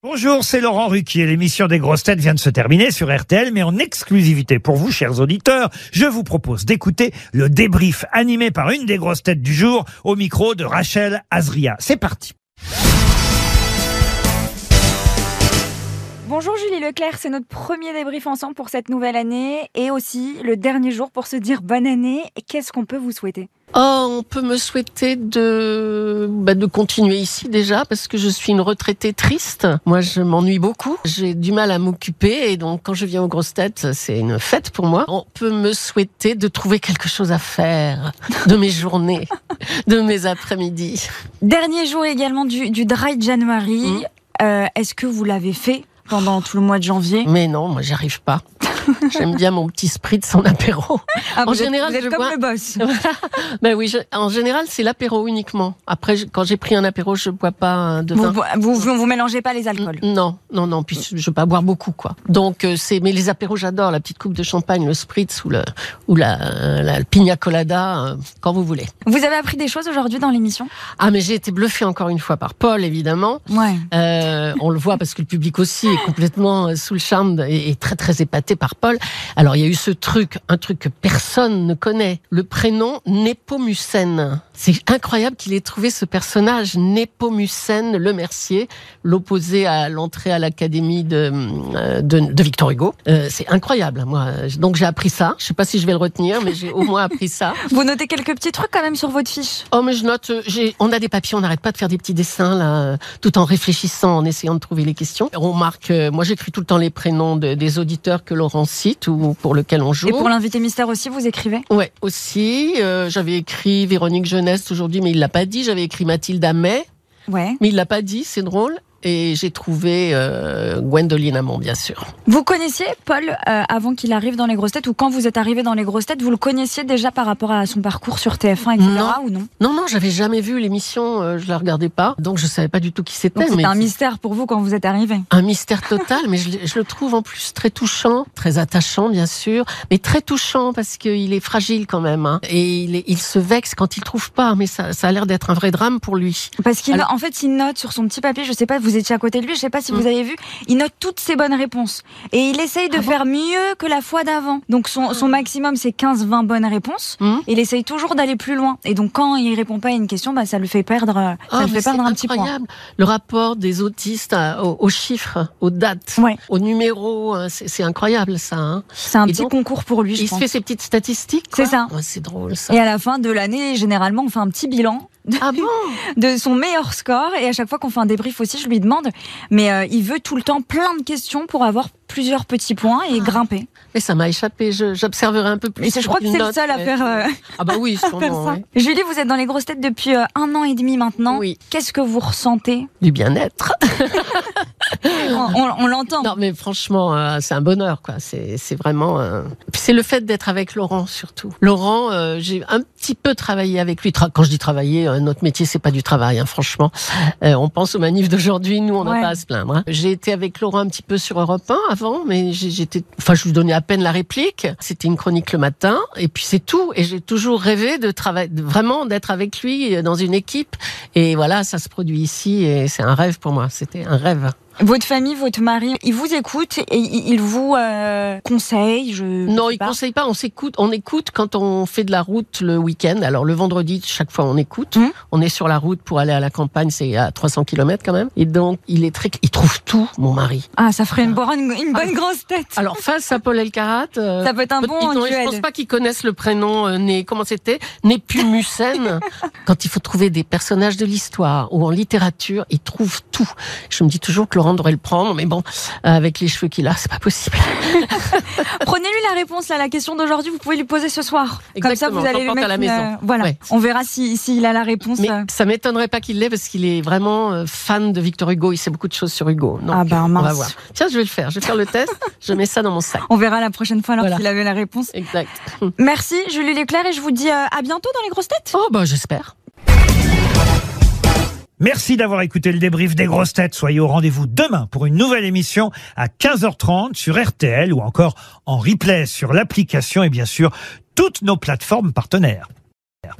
Bonjour, c'est Laurent Ruquier. L'émission des grosses têtes vient de se terminer sur RTL, mais en exclusivité pour vous, chers auditeurs, je vous propose d'écouter le débrief animé par une des grosses têtes du jour au micro de Rachel Azria. C'est parti. Bonjour Julie Leclerc, c'est notre premier débrief ensemble pour cette nouvelle année et aussi le dernier jour pour se dire bonne année. Et qu'est-ce qu'on peut vous souhaiter ? On peut me souhaiter de continuer ici déjà parce que je suis une retraitée triste. Moi, je m'ennuie beaucoup. J'ai du mal à m'occuper et donc quand je viens aux grosses têtes, c'est une fête pour moi. On peut me souhaiter de trouver quelque chose à faire de mes journées, de mes après-midi. Dernier jour également du Dry January. Est-ce que vous l'avez fait pendant tout le mois de janvier ? Mais non, moi, j'y arrive pas. J'aime bien mon petit spritz en apéro. En général, vous êtes comme le boss. Ben oui, en général, c'est l'apéro uniquement. Après, quand j'ai pris un apéro, je bois pas de vin. Vous mélangez pas les alcools ? Non. Puis je veux pas boire beaucoup, quoi. Donc mais les apéros, j'adore. La petite coupe de champagne, le spritz ou la pina colada, quand vous voulez. Vous avez appris des choses aujourd'hui dans l'émission ? Ah, mais j'ai été bluffée encore une fois par Paul, évidemment. Ouais. On le voit parce que le public aussi est complètement sous le charme et très très épaté par Paul. Alors il y a eu un truc que personne ne connaît, le prénom Nepomucène. C'est incroyable qu'il ait trouvé ce personnage Nepomucène Le Mercier, l'opposé à l'entrée à l'académie de Victor Hugo. C'est incroyable, moi. Donc j'ai appris ça. Je sais pas si je vais le retenir, mais j'ai au moins appris ça. Vous notez quelques petits trucs quand même sur votre fiche ? Oh mais je note. On a des papiers, on n'arrête pas de faire des petits dessins là, tout en réfléchissant, en essayant de trouver les questions. On marque. Moi j'écris tout le temps les prénoms des auditeurs que Laurent cite ou pour lequel on joue. Et pour l'invité mystère aussi, vous écrivez ? Ouais, aussi. J'avais écrit Véronique Jeunesse aujourd'hui, mais il l'a pas dit. J'avais écrit Mathilde Amet, ouais. Mais il l'a pas dit. C'est drôle. Et j'ai trouvé Gwendoline Amon, bien sûr. Vous connaissiez Paul avant qu'il arrive dans les grosses têtes, ou quand vous êtes arrivé dans les grosses têtes, vous le connaissiez déjà par rapport à son parcours sur TF1, etc. ou non ? Non, j'avais jamais vu l'émission, je la regardais pas, donc je savais pas du tout qui c'était. Donc c'était un mystère pour vous quand vous êtes arrivé. Un mystère total, mais je le trouve en plus très touchant, très attachant bien sûr, mais très touchant parce qu'il est fragile quand même, hein, et il se vexe quand il trouve pas, mais ça a l'air d'être un vrai drame pour lui. Parce en fait, il note sur son petit papier, je sais pas, vous étiez à côté de lui, je sais pas si vous avez vu, il note toutes ses bonnes réponses. Et il essaye de faire mieux que la fois d'avant. Donc son maximum, c'est 15-20 bonnes réponses. Et il essaye toujours d'aller plus loin. Et donc quand il répond pas à une question, ça le fait perdre, un petit point. Le rapport des autistes aux chiffres, aux dates, aux numéros, c'est incroyable ça. Hein. C'est un petit concours pour lui, je pense. Il se fait ses petites statistiques. C'est ça. Ouais, c'est drôle ça. Et à la fin de l'année, généralement, on fait un petit bilan. De son meilleur score, et à chaque fois qu'on fait un débrief aussi, je lui demande, mais il veut tout le temps plein de questions pour avoir plusieurs petits points et grimper. Mais ça m'a échappé, j'observerai un peu plus. Mais je crois que c'est le seul à faire. Ah bah oui, sûrement. Ouais. Julie, vous êtes dans les grosses têtes depuis 1 an et demi maintenant. Oui. Qu'est-ce que vous ressentez ? Du bien-être. on l'entend. Non, mais franchement, c'est un bonheur, quoi. C'est vraiment. C'est le fait d'être avec Laurent surtout. Laurent, j'ai un petit peu travaillé avec lui. Quand je dis travailler, notre métier c'est pas du travail, hein, franchement. On pense aux manifs d'aujourd'hui, nous on n'a pas à se plaindre. Hein. J'ai été avec Laurent un petit peu sur Europe 1 avant, mais je lui donnais à peine la réplique. C'était une chronique le matin, et puis c'est tout. Et j'ai toujours rêvé vraiment d'être avec lui dans une équipe. Et voilà, ça se produit ici, et c'est un rêve pour moi. C'était un rêve. Votre famille, votre mari, il vous écoute et il vous conseille Non, il conseille pas. On écoute quand on fait de la route le week-end. Alors le vendredi, chaque fois on écoute. On est sur la route pour aller à la campagne, c'est à 300 km quand même. Et donc il trouve tout, mon mari. Ah, ça ferait une bonne grosse tête. Alors face à Paul Elkarat, ça peut être un bon duel. Je pense pas qu'ils connaissent le prénom comment c'était, Nepomucène. Quand il faut trouver des personnages de l'histoire ou en littérature, il trouve tout. Je me dis toujours que Laurent devrait le prendre, mais bon, avec les cheveux qu'il a, c'est pas possible. Prenez-lui la réponse à la question d'aujourd'hui, vous pouvez lui poser ce soir. Exactement, comme ça, vous allez le mettre à la maison. Voilà, on verra s'il a la réponse. Mais ça m'étonnerait pas qu'il l'ait, parce qu'il est vraiment fan de Victor Hugo. Il sait beaucoup de choses sur Hugo. Donc, mince. On va voir. Tiens, je vais le faire. Je vais faire le test. Je mets ça dans mon sac. On verra la prochaine fois alors s'il avait la réponse. Exact. Merci Julie Leclerc, et je vous dis à bientôt dans les grosses têtes. Oh bah j'espère. Merci d'avoir écouté le débrief des grosses têtes. Soyez au rendez-vous demain pour une nouvelle émission à 15h30 sur RTL ou encore en replay sur l'application et bien sûr toutes nos plateformes partenaires.